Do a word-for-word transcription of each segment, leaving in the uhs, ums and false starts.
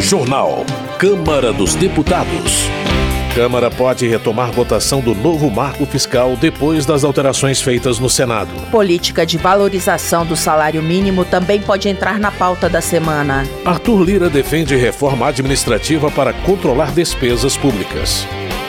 Jornal. Câmara dos Deputados. Câmara pode retomar votação do novo marco fiscal depois das alterações feitas no Senado. Política de valorização do salário mínimo também pode entrar na pauta da semana. Arthur Lira defende reforma administrativa para controlar despesas públicas.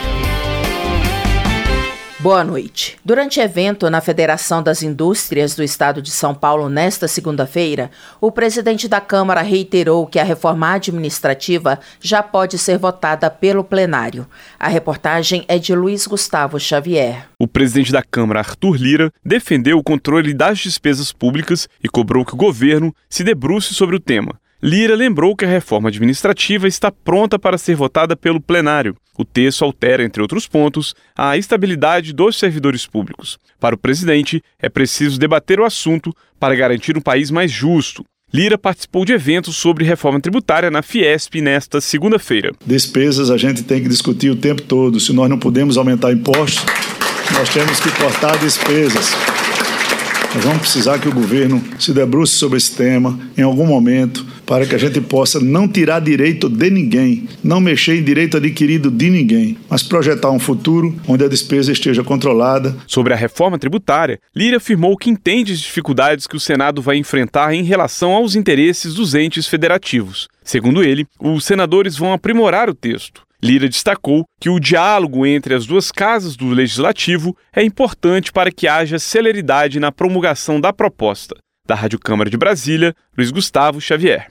Boa noite. Durante evento na Federação das Indústrias do Estado de São Paulo nesta segunda-feira, o presidente da Câmara reiterou que a reforma administrativa já pode ser votada pelo plenário. A reportagem é de Luiz Gustavo Xavier. O presidente da Câmara, Arthur Lira, defendeu o controle das despesas públicas e cobrou que o governo se debruce sobre o tema. Lira lembrou que a reforma administrativa está pronta para ser votada pelo plenário. O texto altera, entre outros pontos, a estabilidade dos servidores públicos. Para o presidente, é preciso debater o assunto para garantir um país mais justo. Lira participou de eventos sobre reforma tributária na Fiesp nesta segunda-feira. Despesas a gente tem que discutir o tempo todo. Se nós não podemos aumentar impostos, nós temos que cortar despesas. Nós vamos precisar que o governo se debruce sobre esse tema em algum momento para que a gente possa não tirar direito de ninguém, não mexer em direito adquirido de ninguém, mas projetar um futuro onde a despesa esteja controlada. Sobre a reforma tributária, Lira afirmou que entende as dificuldades que o Senado vai enfrentar em relação aos interesses dos entes federativos. Segundo ele, os senadores vão aprimorar o texto. Lira destacou que o diálogo entre as duas casas do Legislativo é importante para que haja celeridade na promulgação da proposta. Da Rádio Câmara de Brasília, Luiz Gustavo Xavier.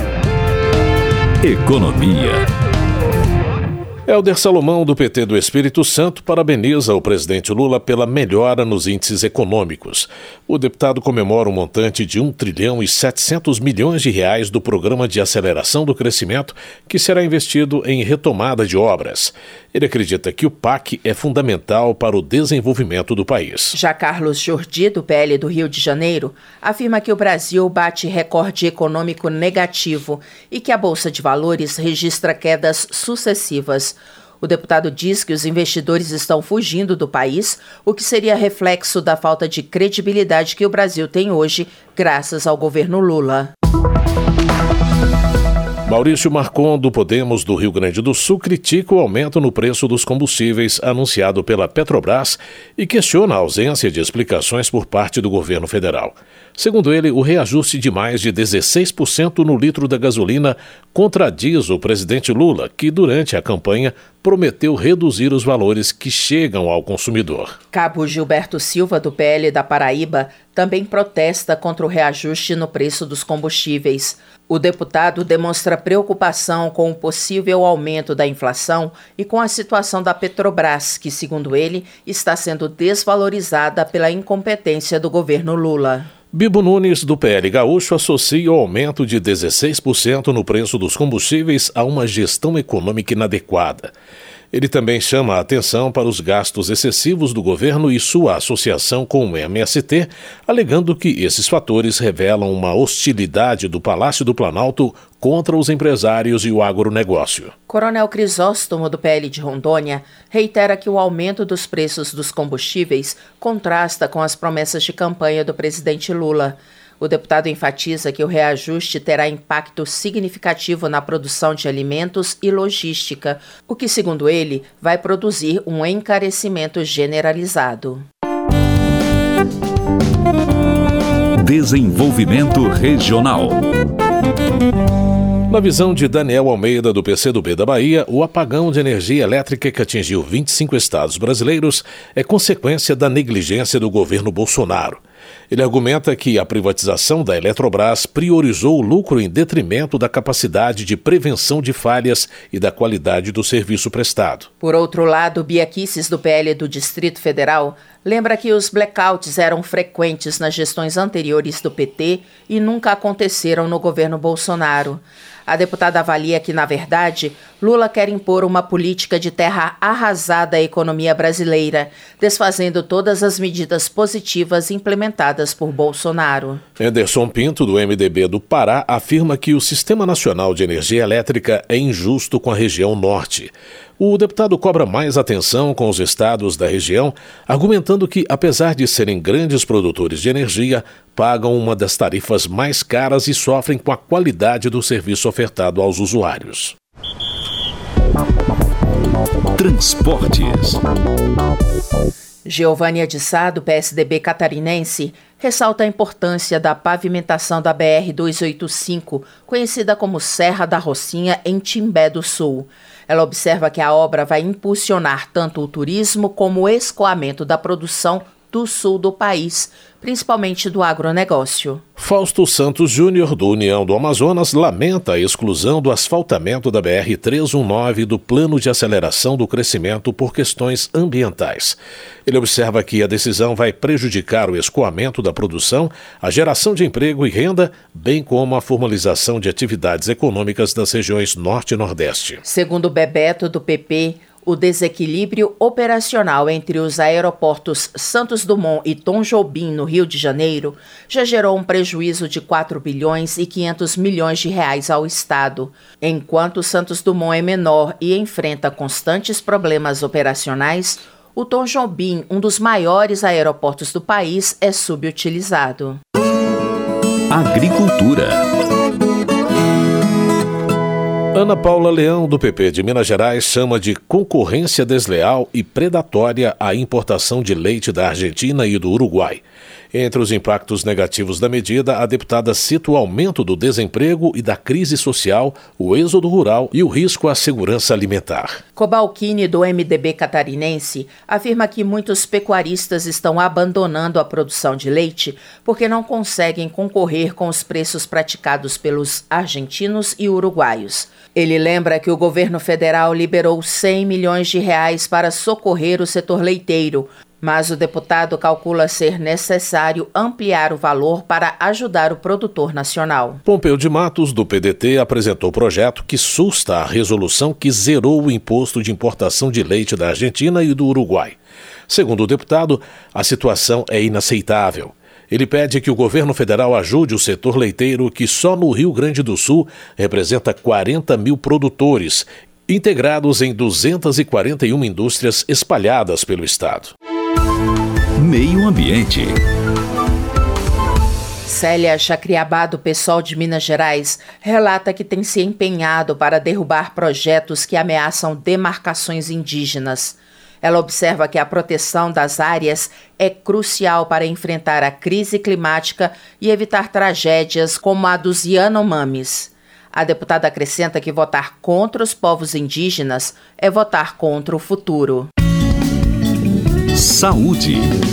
Economia. Helder Salomão, do P T do Espírito Santo, parabeniza o presidente Lula pela melhora nos índices econômicos. O deputado comemora um montante de um trilhão e setecentos milhões de reais do Programa de Aceleração do Crescimento, que será investido em retomada de obras. Ele acredita que o P A C é fundamental para o desenvolvimento do país. Já Carlos Jordi, do P L do Rio de Janeiro, afirma que o Brasil bate recorde econômico negativo e que a Bolsa de Valores registra quedas sucessivas. O deputado diz que os investidores estão fugindo do país, o que seria reflexo da falta de credibilidade que o Brasil tem hoje, graças ao governo Lula. Maurício Marcon, do Podemos do Rio Grande do Sul, critica o aumento no preço dos combustíveis anunciado pela Petrobras e questiona a ausência de explicações por parte do governo federal. Segundo ele, o reajuste de mais de dezesseis por cento no litro da gasolina contradiz o presidente Lula, que durante a campanha prometeu reduzir os valores que chegam ao consumidor. Cabo Gilberto Silva, do P L da Paraíba, também protesta contra o reajuste no preço dos combustíveis. O deputado demonstra preocupação com o possível aumento da inflação e com a situação da Petrobras, que, segundo ele, está sendo desvalorizada pela incompetência do governo Lula. Bibo Nunes, do P L Gaúcho, associa o aumento de dezesseis por cento no preço dos combustíveis a uma gestão econômica inadequada. Ele também chama a atenção para os gastos excessivos do governo e sua associação com o M S T, alegando que esses fatores revelam uma hostilidade do Palácio do Planalto contra os empresários e o agronegócio. Coronel Crisóstomo, do P L de Rondônia, reitera que o aumento dos preços dos combustíveis contrasta com as promessas de campanha do presidente Lula. O deputado enfatiza que o reajuste terá impacto significativo na produção de alimentos e logística, o que, segundo ele, vai produzir um encarecimento generalizado. Desenvolvimento Regional. Na visão de Daniel Almeida, do P C do B da Bahia, o apagão de energia elétrica que atingiu vinte e cinco estados brasileiros é consequência da negligência do governo Bolsonaro. Ele argumenta que a privatização da Eletrobras priorizou o lucro em detrimento da capacidade de prevenção de falhas e da qualidade do serviço prestado. Por outro lado, Bia Kicis, do P L do Distrito Federal, lembra que os blackouts eram frequentes nas gestões anteriores do P T e nunca aconteceram no governo Bolsonaro. A deputada avalia que, na verdade, Lula quer impor uma política de terra arrasada à economia brasileira, desfazendo todas as medidas positivas implementadas por Bolsonaro. Anderson Pinto, do M D B do Pará, afirma que o Sistema Nacional de Energia Elétrica é injusto com a região norte. O deputado cobra mais atenção com os estados da região, argumentando que, apesar de serem grandes produtores de energia, pagam uma das tarifas mais caras e sofrem com a qualidade do serviço ofertado aos usuários. Transportes. Geovânia de Sá, do P S D B catarinense, ressalta a importância da pavimentação da B R duzentos e oitenta e cinco, conhecida como Serra da Rocinha, em Timbé do Sul. Ela observa que a obra vai impulsionar tanto o turismo como o escoamento da produção do sul do país, principalmente do agronegócio. Fausto Santos Júnior, do União do Amazonas, lamenta a exclusão do asfaltamento da B R trezentos e dezenove do Plano de Aceleração do Crescimento por questões ambientais. Ele observa que a decisão vai prejudicar o escoamento da produção, a geração de emprego e renda, bem como a formalização de atividades econômicas das regiões Norte e Nordeste. Segundo Bebeto, do P P, o desequilíbrio operacional entre os aeroportos Santos Dumont e Tom Jobim, no Rio de Janeiro, já gerou um prejuízo de quatro bilhões e quinhentos milhões de reais ao Estado. Enquanto Santos Dumont é menor e enfrenta constantes problemas operacionais, o Tom Jobim, um dos maiores aeroportos do país, é subutilizado. Agricultura. Ana Paula Leão, do P P de Minas Gerais, chama de concorrência desleal e predatória a importação de leite da Argentina e do Uruguai. Entre os impactos negativos da medida, a deputada cita o aumento do desemprego e da crise social, o êxodo rural e o risco à segurança alimentar. Cobalcini, do M D B catarinense, afirma que muitos pecuaristas estão abandonando a produção de leite porque não conseguem concorrer com os preços praticados pelos argentinos e uruguaios. Ele lembra que o governo federal liberou cem milhões de reais para socorrer o setor leiteiro, mas o deputado calcula ser necessário ampliar o valor para ajudar o produtor nacional. Pompeu de Matos, do P D T, apresentou o projeto que susta a resolução que zerou o imposto de importação de leite da Argentina e do Uruguai. Segundo o deputado, a situação é inaceitável. Ele pede que o governo federal ajude o setor leiteiro, que só no Rio Grande do Sul representa quarenta mil produtores, integrados em duzentas e quarenta e uma indústrias espalhadas pelo estado. Meio Ambiente. Célia Chacriabá, do PSOL de Minas Gerais, relata que tem se empenhado para derrubar projetos que ameaçam demarcações indígenas. Ela observa que a proteção das áreas é crucial para enfrentar a crise climática e evitar tragédias como a dos Yanomamis. A deputada acrescenta que votar contra os povos indígenas é votar contra o futuro. Saúde.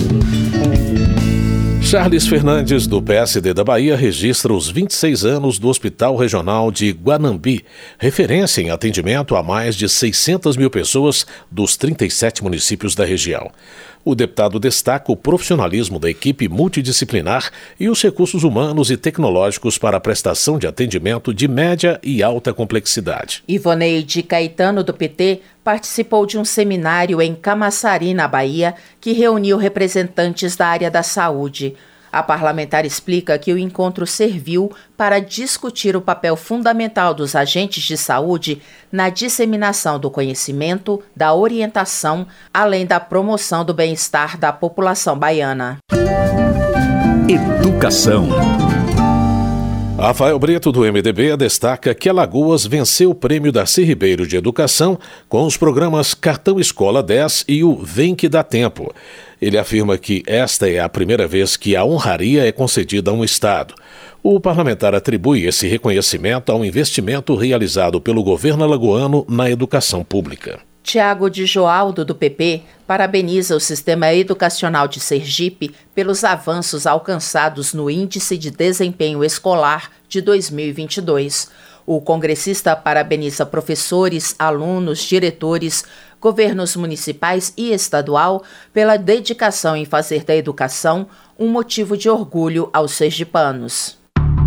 Charles Fernandes, do P S D da Bahia, registra os vinte e seis anos do Hospital Regional de Guanambi, referência em atendimento a mais de seiscentas mil pessoas dos trinta e sete municípios da região. O deputado destaca o profissionalismo da equipe multidisciplinar e os recursos humanos e tecnológicos para a prestação de atendimento de média e alta complexidade. Ivoneide Caetano, do P T, participou de um seminário em Camaçari, na Bahia, que reuniu representantes da área da saúde. A parlamentar explica que o encontro serviu para discutir o papel fundamental dos agentes de saúde na disseminação do conhecimento, da orientação, além da promoção do bem-estar da população baiana. Educação. Rafael Brito, do M D B, destaca que Alagoas venceu o Prêmio Darcy Ribeiro de Educação com os programas Cartão Escola dez e o Vem que Dá Tempo. Ele afirma que esta é a primeira vez que a honraria é concedida a um Estado. O parlamentar atribui esse reconhecimento ao investimento realizado pelo governo alagoano na educação pública. Tiago de Joaldo, do P P, parabeniza o sistema educacional de Sergipe pelos avanços alcançados no Índice de Desempenho Escolar de dois mil e vinte e dois. O congressista parabeniza professores, alunos, diretores, governos municipais e estadual pela dedicação em fazer da educação um motivo de orgulho aos sergipanos.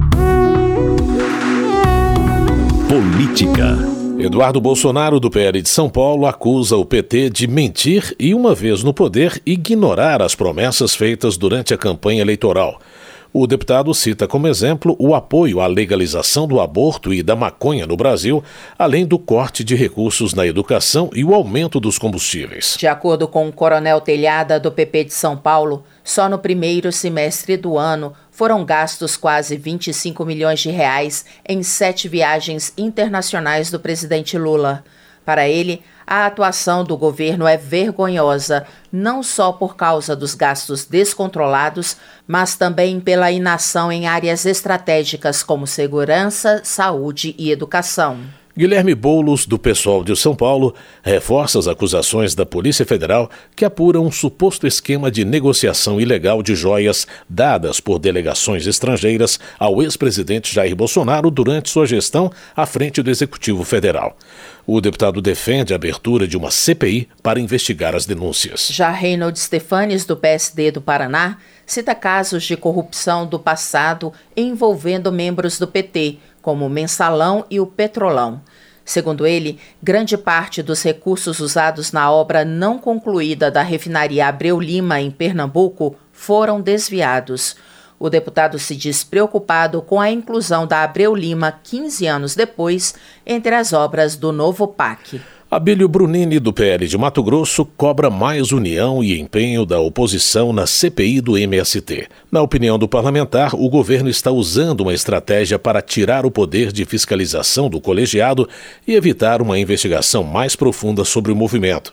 Política. Eduardo Bolsonaro, do P L de São Paulo, acusa o P T de mentir e, uma vez no poder, ignorar as promessas feitas durante a campanha eleitoral. O deputado cita como exemplo o apoio à legalização do aborto e da maconha no Brasil, além do corte de recursos na educação e o aumento dos combustíveis. De acordo com o coronel Telhada, do P P de São Paulo, só no primeiro semestre do ano foram gastos quase vinte e cinco milhões de reais em sete viagens internacionais do presidente Lula. Para ele, a atuação do governo é vergonhosa, não só por causa dos gastos descontrolados, mas também pela inação em áreas estratégicas como segurança, saúde e educação. Guilherme Boulos, do PSOL de São Paulo, reforça as acusações da Polícia Federal que apuram um suposto esquema de negociação ilegal de joias dadas por delegações estrangeiras ao ex-presidente Jair Bolsonaro durante sua gestão à frente do Executivo Federal. O deputado defende a abertura de uma C P I para investigar as denúncias. Já Reinhold Stefanes, do P S D do Paraná, cita casos de corrupção do passado envolvendo membros do P T, como o Mensalão e o Petrolão. Segundo ele, grande parte dos recursos usados na obra não concluída da refinaria Abreu Lima, em Pernambuco, foram desviados. O deputado se diz preocupado com a inclusão da Abreu Lima quinze anos depois entre as obras do novo P A C. Abílio Brunini, do P L de Mato Grosso, cobra mais união e empenho da oposição na C P I do M S T. Na opinião do parlamentar, o governo está usando uma estratégia para tirar o poder de fiscalização do colegiado e evitar uma investigação mais profunda sobre o movimento.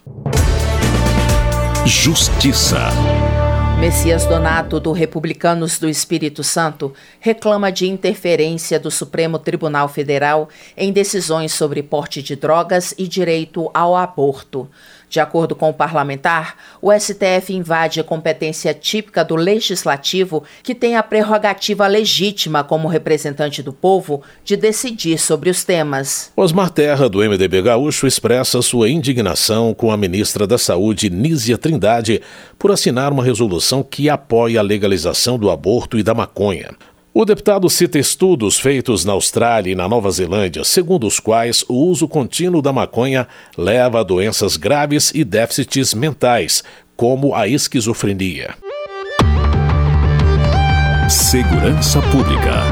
Justiça. Messias Donato, do Republicanos do Espírito Santo, reclama de interferência do Supremo Tribunal Federal em decisões sobre porte de drogas e direito ao aborto. De acordo com o parlamentar, o S T F invade a competência típica do Legislativo, que tem a prerrogativa legítima como representante do povo de decidir sobre os temas. Osmar Terra, do M D B Gaúcho, expressa sua indignação com a ministra da Saúde, Nízia Trindade, por assinar uma resolução que apoia a legalização do aborto e da maconha. O deputado cita estudos feitos na Austrália e na Nova Zelândia, segundo os quais o uso contínuo da maconha leva a doenças graves e déficits mentais, como a esquizofrenia. Segurança Pública.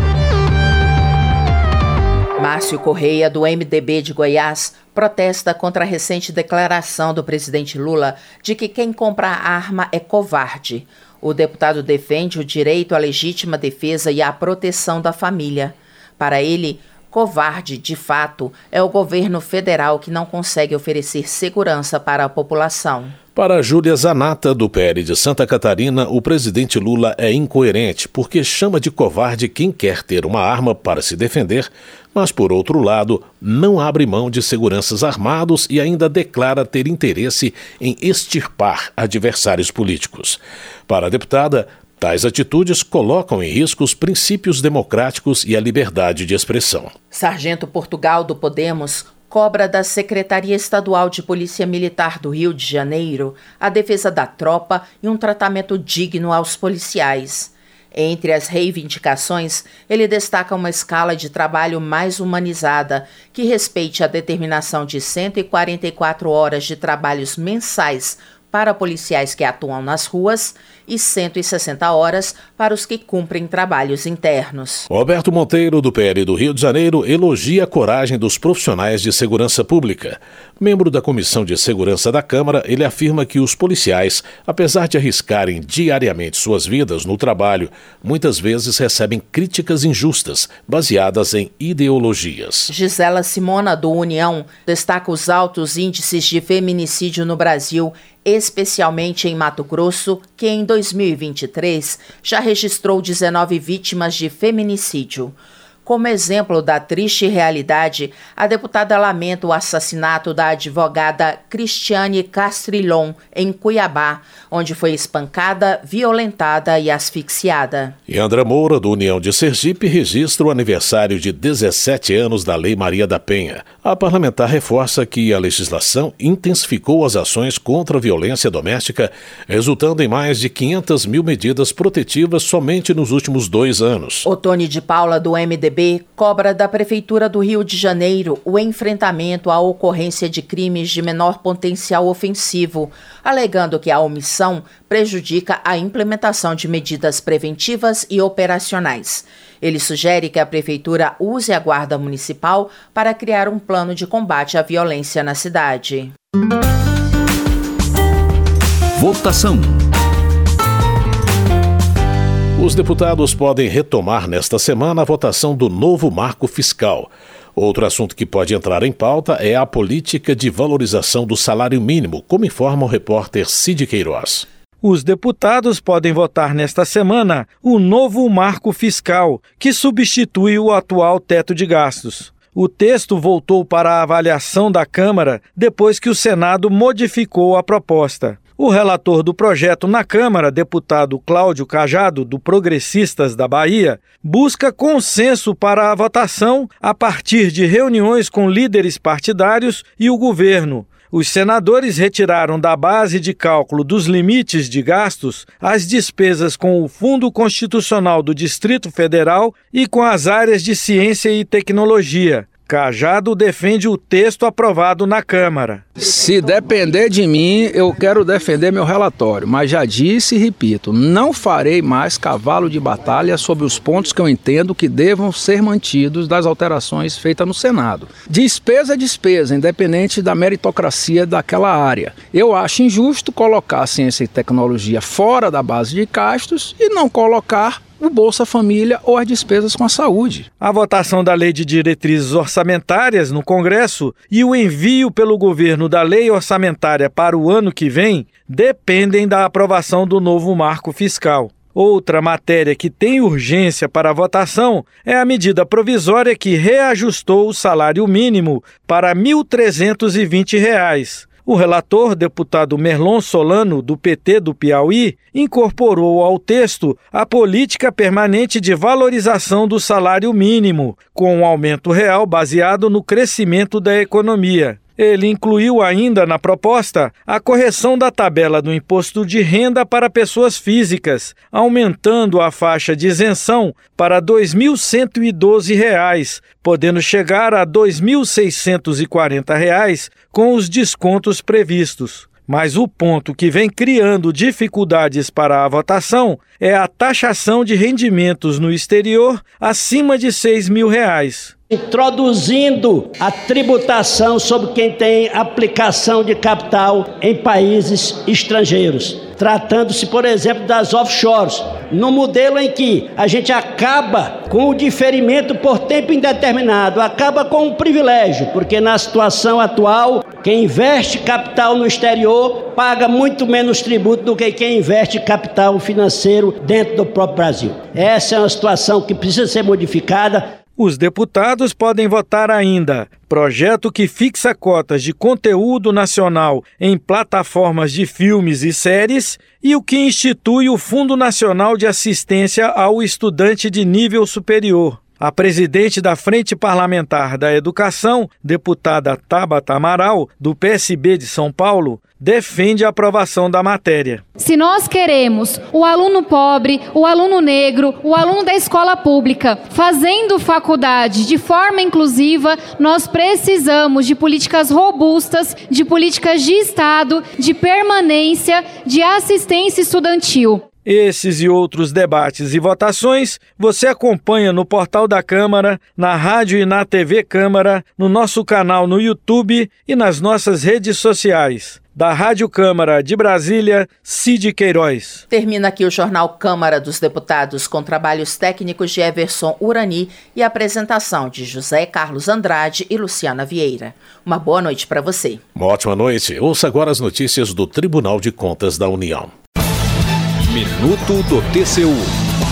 Márcio Correia, do M D B de Goiás, protesta contra a recente declaração do presidente Lula de que quem compra arma é covarde. O deputado defende o direito à legítima defesa e à proteção da família. Para ele, covarde, de fato, é o governo federal que não consegue oferecer segurança para a população. Para Júlia Zanata, do P L de Santa Catarina, o presidente Lula é incoerente porque chama de covarde quem quer ter uma arma para se defender, mas, por outro lado, não abre mão de seguranças armados e ainda declara ter interesse em extirpar adversários políticos. Para a deputada, tais atitudes colocam em risco os princípios democráticos e a liberdade de expressão. Sargento Portugal, do Podemos, cobra da Secretaria Estadual de Polícia Militar do Rio de Janeiro a defesa da tropa e um tratamento digno aos policiais. Entre as reivindicações, ele destaca uma escala de trabalho mais humanizada, que respeite a determinação de cento e quarenta e quatro horas de trabalhos mensais para policiais que atuam nas ruas e cento e sessenta horas para os que cumprem trabalhos internos. Roberto Monteiro, do P L do Rio de Janeiro, elogia a coragem dos profissionais de segurança pública. Membro da Comissão de Segurança da Câmara, ele afirma que os policiais, apesar de arriscarem diariamente suas vidas no trabalho, muitas vezes recebem críticas injustas, baseadas em ideologias. Gisela Simona, do União, destaca os altos índices de feminicídio no Brasil, especialmente em Mato Grosso, que em dois mil e vinte e três já registrou dezenove vítimas de feminicídio. Como exemplo da triste realidade, a deputada lamenta o assassinato da advogada Cristiane Castrilhon, em Cuiabá, onde foi espancada, violentada e asfixiada. E André Moura, do União de Sergipe, registra o aniversário de dezessete anos da Lei Maria da Penha. A parlamentar reforça que a legislação intensificou as ações contra a violência doméstica, resultando em mais de quinhentas mil medidas protetivas somente nos últimos dois anos. Otone de Paula, do M D B B cobra da Prefeitura do Rio de Janeiro o enfrentamento à ocorrência de crimes de menor potencial ofensivo, alegando que a omissão prejudica a implementação de medidas preventivas e operacionais. Ele sugere que a Prefeitura use a Guarda Municipal para criar um plano de combate à violência na cidade. Votação. Os deputados podem retomar nesta semana a votação do novo marco fiscal. Outro assunto que pode entrar em pauta é a política de valorização do salário mínimo, como informa o repórter Cid Queiroz. Os deputados podem votar nesta semana o novo marco fiscal, que substitui o atual teto de gastos. O texto voltou para a avaliação da Câmara depois que o Senado modificou a proposta. O relator do projeto na Câmara, deputado Cláudio Cajado, do Progressistas da Bahia, busca consenso para a votação a partir de reuniões com líderes partidários e o governo. Os senadores retiraram da base de cálculo dos limites de gastos as despesas com o Fundo Constitucional do Distrito Federal e com as áreas de ciência e tecnologia. Cajado defende o texto aprovado na Câmara. Se depender de mim, eu quero defender meu relatório, mas já disse e repito, não farei mais cavalo de batalha sobre os pontos que eu entendo que devam ser mantidos das alterações feitas no Senado. Despesa é despesa, independente da meritocracia daquela área. Eu acho injusto colocar a ciência e tecnologia fora da base de gastos e não colocar o Bolsa Família ou as despesas com a saúde. A votação da Lei de Diretrizes Orçamentárias no Congresso e o envio pelo governo da Lei Orçamentária para o ano que vem dependem da aprovação do novo marco fiscal. Outra matéria que tem urgência para a votação é a medida provisória que reajustou o salário mínimo para mil trezentos e vinte reais. O relator, deputado Merlon Solano, do P T do Piauí, incorporou ao texto a política permanente de valorização do salário mínimo, com um aumento real baseado no crescimento da economia. Ele incluiu ainda na proposta a correção da tabela do imposto de renda para pessoas físicas, aumentando a faixa de isenção para dois mil cento e doze reais, podendo chegar a dois mil seiscentos e quarenta reais com os descontos previstos. Mas o ponto que vem criando dificuldades para a votação é a taxação de rendimentos no exterior acima de seis mil reais. Introduzindo a tributação sobre quem tem aplicação de capital em países estrangeiros. Tratando-se, por exemplo, das offshores, no modelo em que a gente acaba com o diferimento por tempo indeterminado, acaba com o privilégio, porque na situação atual, quem investe capital no exterior paga muito menos tributo do que quem investe capital financeiro dentro do próprio Brasil. Essa é uma situação que precisa ser modificada. Os deputados podem votar ainda projeto que fixa cotas de conteúdo nacional em plataformas de filmes e séries e o que institui o Fundo Nacional de Assistência ao Estudante de Nível Superior. A presidente da Frente Parlamentar da Educação, deputada Tabata Amaral, do P S B de São Paulo, defende a aprovação da matéria. Se nós queremos o aluno pobre, o aluno negro, o aluno da escola pública fazendo faculdade de forma inclusiva, nós precisamos de políticas robustas, de políticas de Estado, de permanência, de assistência estudantil. Esses e outros debates e votações você acompanha no portal da Câmara, na rádio e na T V Câmara, no nosso canal no YouTube e nas nossas redes sociais. Da Rádio Câmara de Brasília, Cid Queiroz. Termina aqui o Jornal Câmara dos Deputados com trabalhos técnicos de Everson Urani e apresentação de José Carlos Andrade e Luciana Vieira. Uma boa noite para você. Uma ótima noite. Ouça agora as notícias do Tribunal de Contas da União. Minuto do T C U.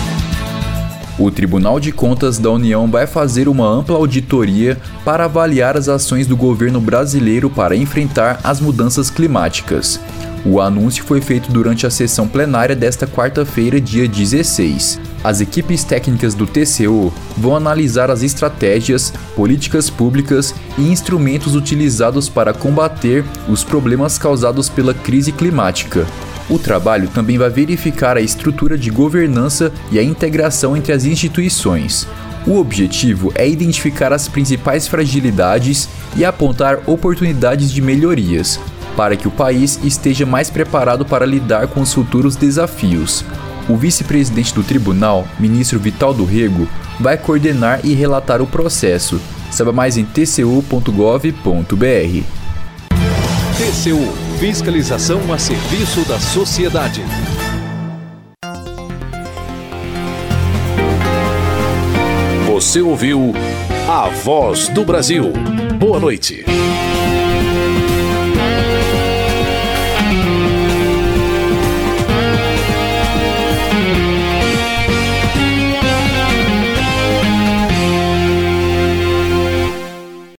O Tribunal de Contas da União vai fazer uma ampla auditoria para avaliar as ações do governo brasileiro para enfrentar as mudanças climáticas. O anúncio foi feito durante a sessão plenária desta quarta-feira, dia dezesseis. As equipes técnicas do T C U vão analisar as estratégias, políticas públicas e instrumentos utilizados para combater os problemas causados pela crise climática. O trabalho também vai verificar a estrutura de governança e a integração entre as instituições. O objetivo é identificar as principais fragilidades e apontar oportunidades de melhorias, para que o país esteja mais preparado para lidar com os futuros desafios. O vice-presidente do tribunal, ministro Vital do Rego, vai coordenar e relatar o processo. Saiba mais em t c u ponto gov ponto b r. T C U – Fiscalização a serviço da sociedade. Você ouviu A Voz do Brasil. Boa noite.